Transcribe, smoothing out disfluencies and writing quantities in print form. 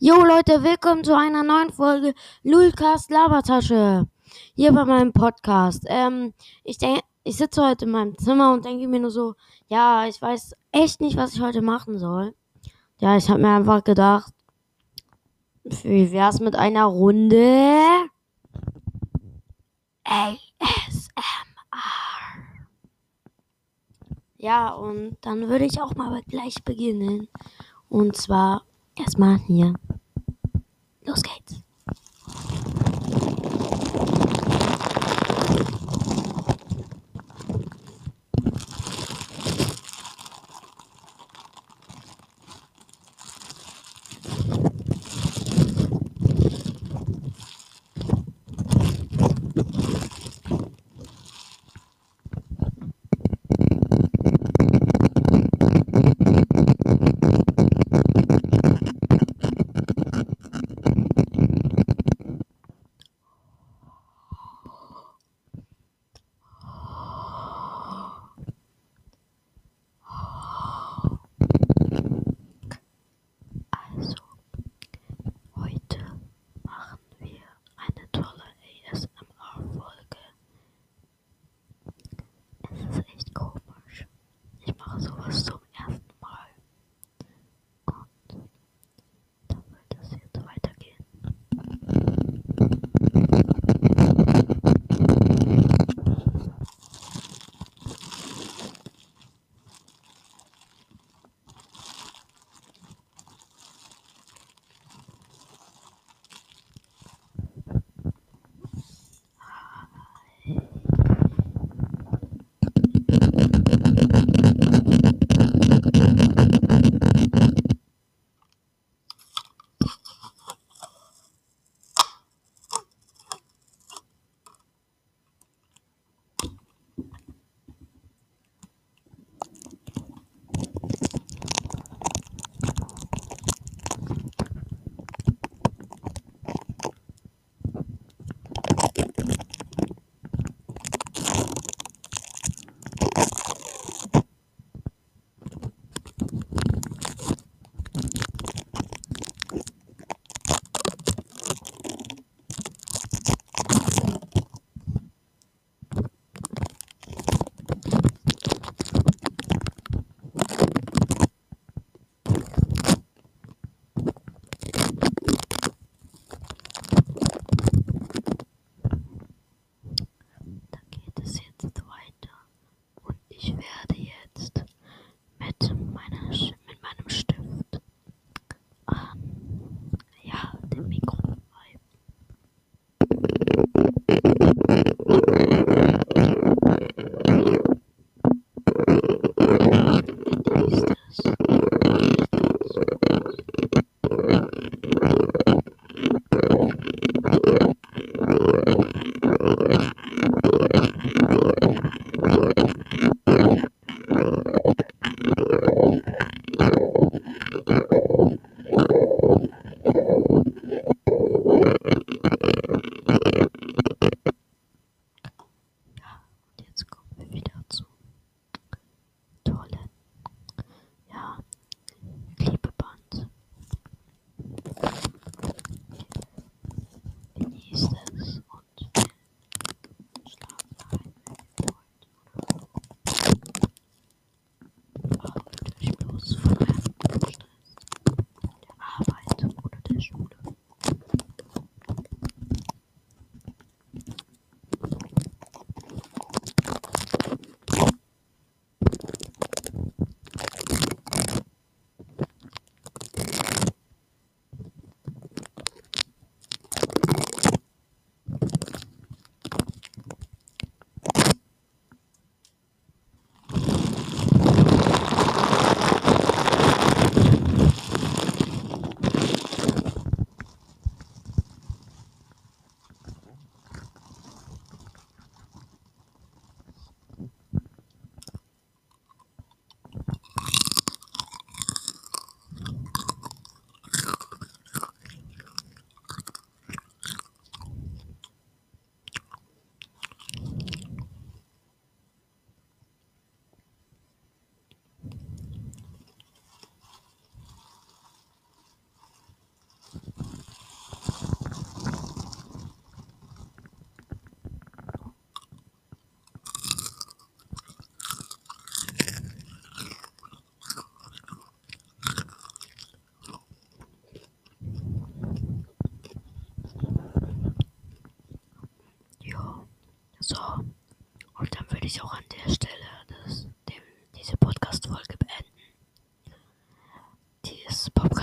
Jo Leute, willkommen zu einer neuen Folge Lulcast Labertasche. Hier bei meinem Podcast. Ich sitze heute in meinem Zimmer und denke mir nur so, ja, ich weiß echt nicht, was ich heute machen soll. Ja, ich habe mir einfach gedacht, wie wär's mit einer Runde ASMR? Ja, und dann würde ich auch mal gleich beginnen. Und zwar erstmal hier. Los geht's. würde ich auch an der Stelle diese Podcast-Folge beenden. Dieses